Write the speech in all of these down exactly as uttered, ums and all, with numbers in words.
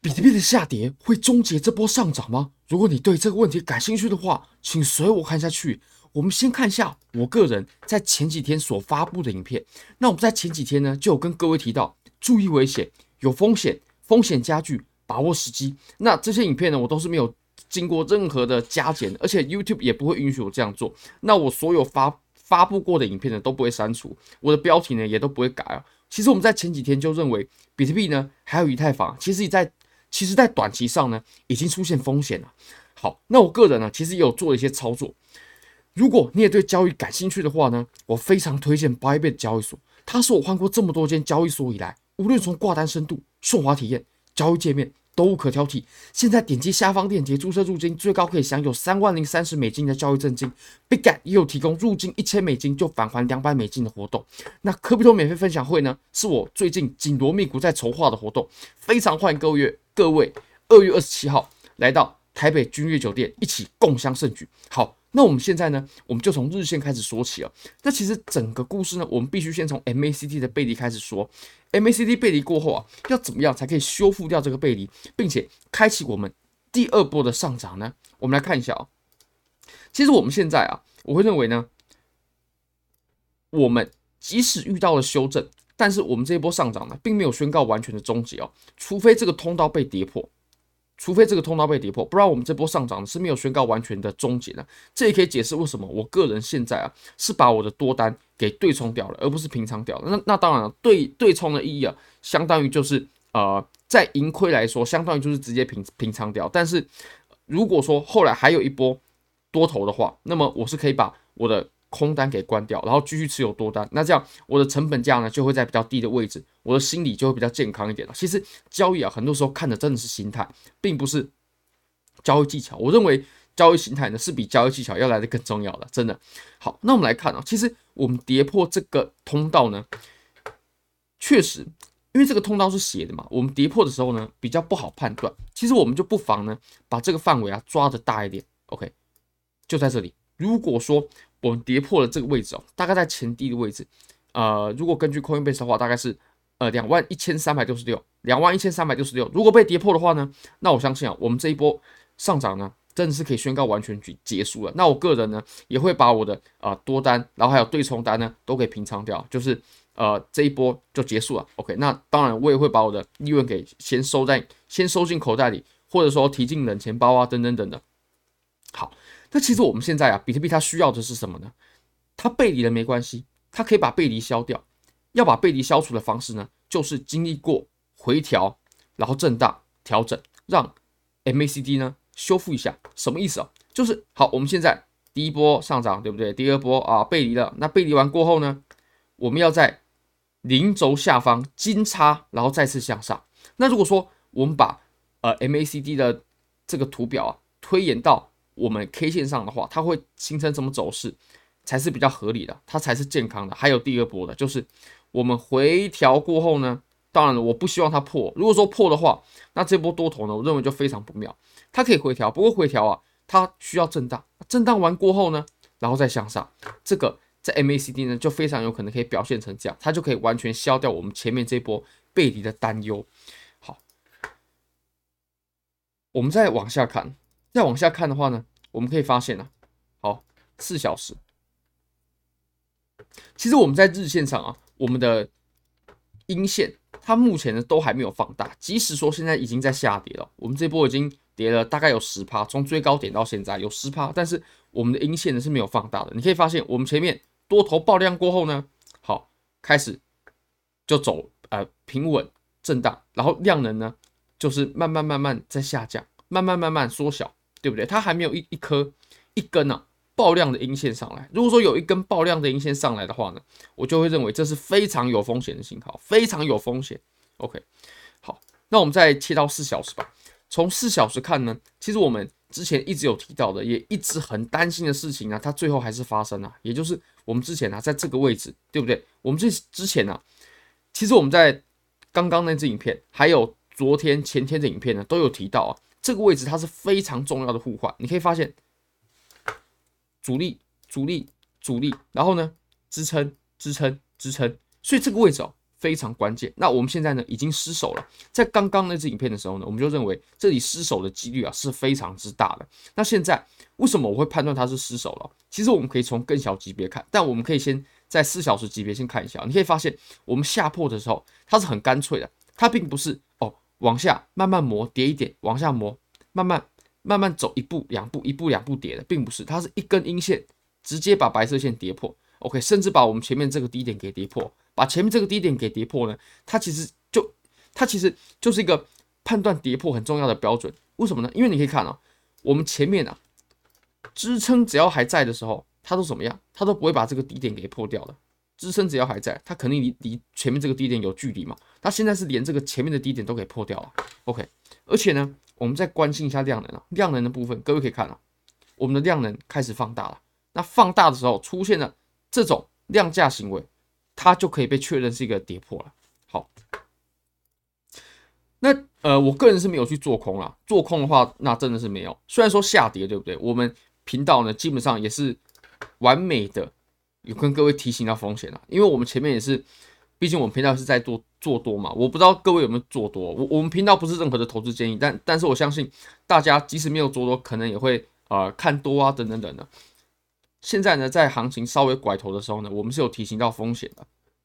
比特币的下跌会终结这波上涨吗？如果你对这个问题感兴趣的话，请随我看下去。我们先看一下我个人在前几天所发布的影片。那我们在前几天呢，就有跟各位提到，注意危险，有风险，风险加剧，把握时机。那这些影片呢，我都是没有经过任何的加减的，而且 YouTube 也不会允许我这样做。那我所有发发布过的影片呢，都不会删除，我的标题呢也都不会改啊。其实我们在前几天就认为，比特币呢还有以太坊，其实在其实在短期上呢，已经出现风险了。好，那我个人呢，其实也有做了一些操作。如果你也对交易感兴趣的话呢，我非常推荐 Bybit 交易所。它是我换过这么多间交易所以来，无论从挂单深度、顺滑体验、交易界面都无可挑剔。现在点击下方链接注册入金，最高可以享有三万零三十美金的交易证金。Bitget 也有提供入金一千美金就返还两百美金的活动。那科比托免费分享会呢，是我最近紧锣密鼓在筹划的活动，非常欢迎各位各位二月二十七号来到台北君悦酒店一起共襄盛举。好。那我们现在呢，我们就从日线开始说起了。那其实整个故事呢，我们必须先从 M A C D 的背离开始说。M A C D 背离过后啊，要怎么样才可以修复掉这个背离，并且开启我们第二波的上涨呢？我们来看一下啊、哦。其实我们现在啊，我会认为呢，我们即使遇到了修正，但是我们这一波上涨呢，并没有宣告完全的终结哦，除非这个通道被跌破。除非这个通道被跌破，不然我们这波上涨是没有宣告完全的终结的。这也可以解释为什么我个人现在啊是把我的多单给对冲掉了，而不是平仓掉了。那那当然了，对对冲的意义啊，相当于就是呃，在盈亏来说，相当于就是直接平平仓掉。但是如果说后来还有一波多头的话，那么我是可以把我的空单给关掉，然后继续持有多单。那这样我的成本价呢就会在比较低的位置，我的心理就会比较健康一点了。其实交易啊，很多时候看的真的是心态，并不是交易技巧。我认为交易心态呢是比交易技巧要来的更重要的，真的。好，那我们来看啊，其实我们跌破这个通道呢，确实因为这个通道是斜的嘛，我们跌破的时候呢比较不好判断。其实我们就不妨呢把这个范围啊抓得大一点 ，OK， 就在这里。如果说我们跌破了这个位置哦，大概在前低的位置，呃，如果根据 Coinbase 的话，大概是呃两万一千三百六十六，两万一千三百六十六。如果被跌破的话呢，那我相信啊，我们这一波上涨呢，真的是可以宣告完全结束了。那我个人呢，也会把我的啊、呃、多单，然后还有对冲单呢，都给平仓掉，就是呃这一波就结束了。OK， 那当然我也会把我的利润给先收在先收进口袋里，或者说提进冷钱包啊，等等等的。好。那其实我们现在啊，比特币它需要的是什么呢？它背离了没关系，它可以把背离消掉。要把背离消除的方式呢，就是经历过回调，然后震荡调整，让 M A C D 呢修复一下。什么意思啊？就是好，我们现在第一波上涨，对不对？第二波啊背离了，那背离完过后呢，我们要在零轴下方金叉，然后再次向上。那如果说我们把呃 M A C D 的这个图表啊推演到我们 K 线上的话，它会形成什么走势才是比较合理的，它才是健康的。还有第二波的，就是我们回调过后呢，当然了，我不希望它破。如果说破的话，那这波多头呢，我认为就非常不妙。它可以回调，不过回调啊，它需要震荡，震荡完过后呢，然后再向上，这个在 M A C D 呢就非常有可能可以表现成这样，它就可以完全消掉我们前面这波背离的担忧。好，我们再往下看。再往下看的话呢，我们可以发现啊，好，四小时，其实我们在日线上啊，我们的阴线它目前呢都还没有放大，即使说现在已经在下跌了，我们这波已经跌了大概有 百分之十， 从最高点到现在有 百分之十， 但是我们的阴线呢是没有放大的。你可以发现，我们前面多头爆量过后呢，好，开始就走呃平稳震荡，然后量能呢就是慢慢慢慢在下降，慢慢慢慢缩小。对不对？它还没有一一颗一根啊爆量的阴线上来。如果说有一根爆量的阴线上来的话呢，我就会认为这是非常有风险的信号，非常有风险。OK， 好，那我们再切到四小时吧。从四小时看呢，其实我们之前一直有提到的，也一直很担心的事情啊，它最后还是发生了、啊，也就是我们之前啊，在这个位置，对不对？我们这之前啊，其实我们在刚刚那支影片，还有昨天、前天的影片呢，都有提到啊。这个位置它是非常重要的互换，你可以发现阻力、阻力、阻力，然后呢支撑、支撑、支撑，所以这个位置哦非常关键。那我们现在呢已经失守了，在刚刚那支影片的时候呢，我们就认为这里失守的几率啊是非常之大的。那现在为什么我会判断它是失守了？其实我们可以从更小级别看，但我们可以先在四小时级别先看一下。你可以发现，我们下破的时候，它是很干脆的，它并不是哦往下慢慢磨跌一点，往下磨，慢慢慢慢走一步两步，一步两步跌的，并不是，它是一根阴线直接把白色线跌破。OK， 甚至把我们前面这个低点给跌破，把前面这个低点给跌破呢，它其实就它其实就是一个判断跌破很重要的标准。为什么呢？因为你可以看啊，我们前面啊支撑只要还在的时候，它都怎么样？它都不会把这个低点给破掉的。支撑只要还在，它肯定离离前面这个低点有距离嘛。它现在是连这个前面的低点都给破掉了。OK， 而且呢，我们再关心一下量能啊，量能的部分，各位可以看啊，我们的量能开始放大了。那放大的时候出现了这种量价行为，它就可以被确认是一个跌破了。好，那呃，我个人是没有去做空啦，做空的话，那真的是没有。虽然说下跌，对不对？我们频道呢，基本上也是完美的有跟各位提醒到风险啦，因为我们前面也是，毕竟我们频道是在做做多嘛，我不知道各位有没有做多。我我们频道不是任何的投资建议，但但是我相信大家即使没有做多，可能也会呃看多啊等等等的。现在呢，在行情稍微拐头的时候呢，我们是有提醒到风险的。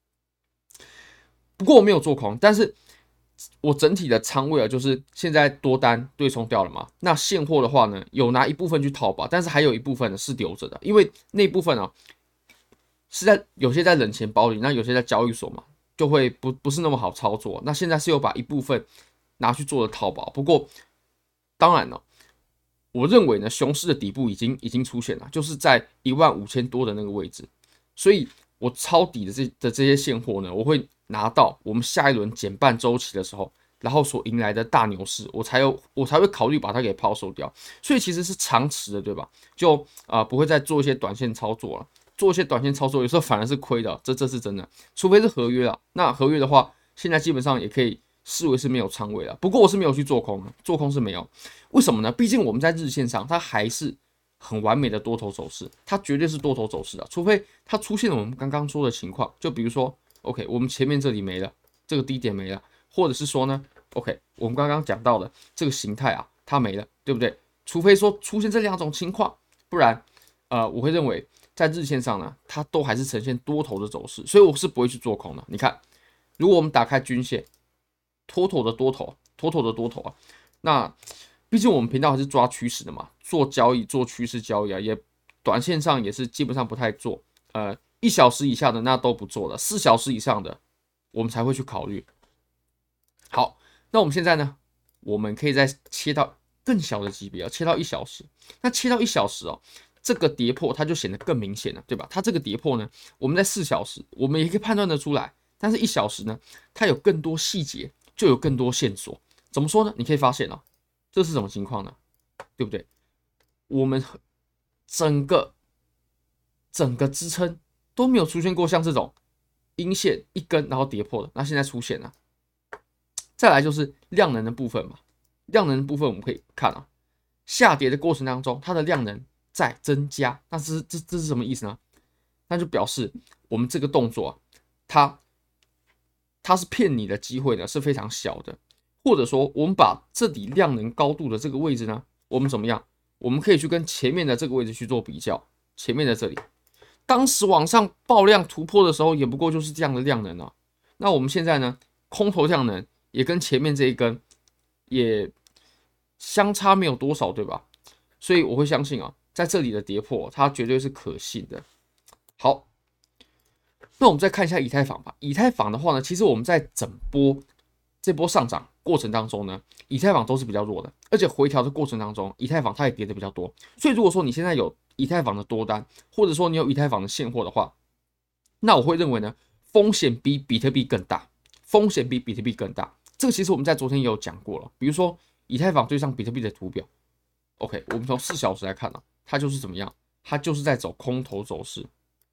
不过我没有做空，但是我整体的仓位啊，就是现在多单对冲掉了嘛。那现货的话呢，有拿一部分去套保，但是还有一部分呢是留着的，因为那部分啊是在有些在冷钱包里，那有些在交易所嘛，就会不不是那么好操作。那现在是有把一部分拿去做的套保，不过当然了。我认为呢，熊市的底部已经已经出现了，就是在一万五千多的那个位置，所以我抄底的这的这些现货呢，我会拿到我们下一轮减半周期的时候，然后所迎来的大牛市，我才有我才会考虑把它给抛售掉。所以其实是长持的，对吧？就啊、呃、不会再做一些短线操作了，做一些短线操作有时候反而是亏的，这这是真的，除非是合约啊。那合约的话，现在基本上也可以视为是没有仓位了。不过我是没有去做空的，做空是没有。为什么呢？毕竟我们在日线上，它还是很完美的多头走势，它绝对是多头走势啊。除非它出现了我们刚刚说的情况，就比如说 ，OK， 我们前面这里没了，这个低点没了，或者是说呢 ，OK， 我们刚刚讲到的这个形态啊，它没了，对不对？除非说出现这两种情况，不然，呃，我会认为在日线上呢，它都还是呈现多头的走势，所以我是不会去做空的。你看，如果我们打开均线，妥妥的多头，妥妥的多头啊，那。毕竟我们频道还是抓趋势的嘛，做交易做趋势交易啊，也短线上也是基本上不太做，呃，一小时以下的那都不做了，四小时以上的我们才会去考虑。好，那我们现在呢，我们可以再切到更小的级别，切到一小时。那切到一小时哦，这个跌破它就显得更明显了，对吧？它这个跌破呢，我们在四小时我们也可以判断得出来，但是一小时呢，它有更多细节，就有更多线索。怎么说呢？你可以发现哦。这是什么情况呢？对不对？我们整个整个支撑都没有出现过像这种阴线一根然后跌破的，那现在出现了。再来就是量能的部分嘛，量能的部分我们可以看啊，下跌的过程当中，它的量能在增加，那这这这是什么意思呢？那就表示我们这个动作啊，它它是骗你的机会呢是非常小的。或者说，我们把这里量能高度的这个位置呢，我们怎么样？我们可以去跟前面的这个位置去做比较。前面的这里，当时往上爆量突破的时候，也不过就是这样的量能啊。那我们现在呢，空头量能也跟前面这一根也相差没有多少，对吧？所以我会相信啊，在这里的跌破，它绝对是可信的。好，那我们再看一下以太坊吧。以太坊的话呢，其实我们在整波这波上涨过程当中呢，以太坊都是比较弱的，而且回调的过程当中，以太坊它也跌的比较多。所以如果说你现在有以太坊的多单，或者说你有以太坊的现货的话，那我会认为呢，风险比比特币更大，风险比比特币更大。这个其实我们在昨天也有讲过了，比如说以太坊对上比特币的图表 ，OK， 我们从四小时来看呢、啊，它就是怎么样？它就是在走空头走势，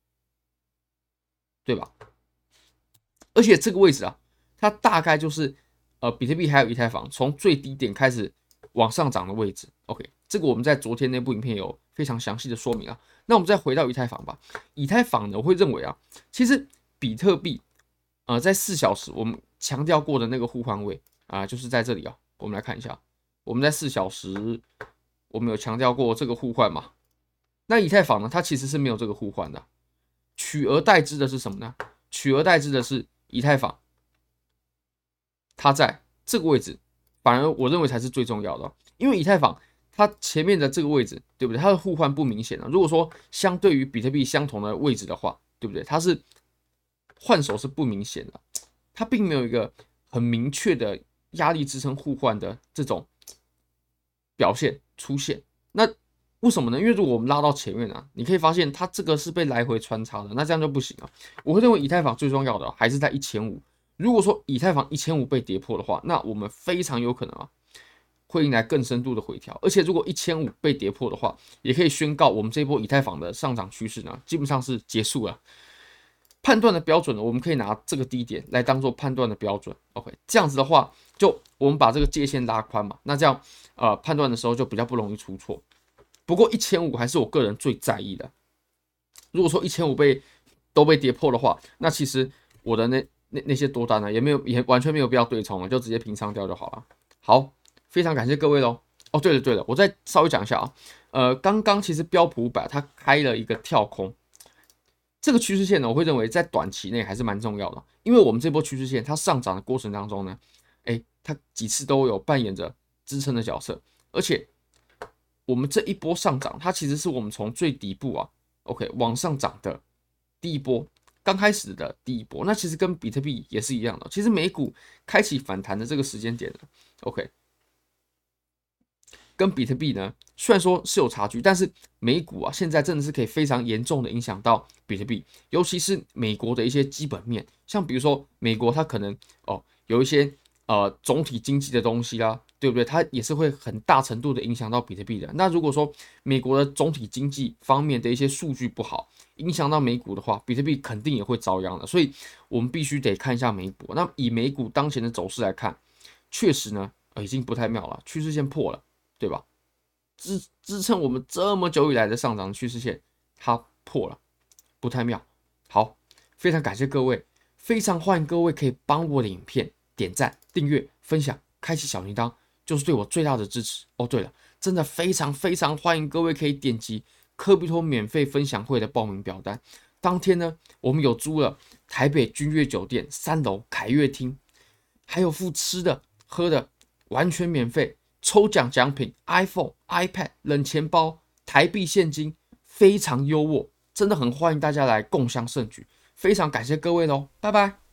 对吧？而且这个位置啊，它大概就是呃比特币还有以太坊从最低点开始往上涨的位置。OK， 这个我们在昨天那部影片有非常详细的说明啊。那我们再回到以太坊吧。以太坊呢，我会认为啊，其实比特币呃，在四小时我们强调过的那个互换位啊、呃，就是在这里啊。我们来看一下，我们在四小时我们有强调过这个互换嘛？那以太坊呢，它其实是没有这个互换的，取而代之的是什么呢？取而代之的是以太坊，它在这个位置，反而我认为才是最重要的、哦，因为以太坊它前面的这个位置，对不对？它的互换不明显啊。如果说相对于比特币相同的位置的话，对不对？它是换手是不明显的，它并没有一个很明确的压力支撑互换的这种表现出现。那为什么呢？因为如果我们拉到前面啊，你可以发现它这个是被来回穿插的，那这样就不行了。我会认为以太坊最重要的还是在一千五。如果说以太坊一千五被跌破的话，那我们非常有可能啊会迎来更深度的回调。而且如果一千五被跌破的话，也可以宣告我们这波以太坊的上涨趋势呢基本上是结束了。判断的标准呢，我们可以拿这个低点来当做判断的标准。OK， 这样子的话，就我们把这个界限拉宽嘛，那这样呃判断的时候就比较不容易出错。不过一千五还是我个人最在意的。如果说一千五被都被跌破的话，那其实我的那那那些多单呢，也没有也完全没有必要对冲了，就直接平仓掉就好了。好，非常感谢各位喽。哦，对了对了，我再稍微讲一下啊，呃，刚刚其实标普五百它开了一个跳空。这个趋势线呢，我会认为在短期内还是蛮重要的，因为我们这波趋势线它上涨的过程当中呢，哎，它几次都有扮演着支撑的角色，而且我们这一波上涨，它其实是我们从最底部啊 ，OK 往上涨的第一波，刚开始的第一波，那其实跟比特币也是一样的，其实美股开启反弹的这个时间点呢 ，OK。跟比特币呢，虽然说是有差距，但是美股啊，现在真的是可以非常严重的影响到比特币，尤其是美国的一些基本面，像比如说美国它可能哦有一些呃总体经济的东西啦，对不对？它也是会很大程度的影响到比特币的。那如果说美国的总体经济方面的一些数据不好，影响到美股的话，比特币肯定也会遭殃的。所以我们必须得看一下美股。那以美股当前的走势来看，确实呢，呃、已经不太妙了，趋势线破了。对吧？支支撑我们这么久以来的上涨趋势线，它破了，不太妙。好，非常感谢各位，非常欢迎各位可以帮我的影片点赞、订阅、分享、开启小铃铛，就是对我最大的支持。哦，对了，真的非常非常欢迎各位可以点击科比托免费分享会的报名表单。当天呢，我们有租了台北君悦酒店三楼凯悦厅，还有附吃的喝的，完全免费。抽奖奖品 iPhone、iPad、冷钱包、台币现金，非常优渥，真的很欢迎大家来共襄盛举。非常感谢各位喽，拜拜。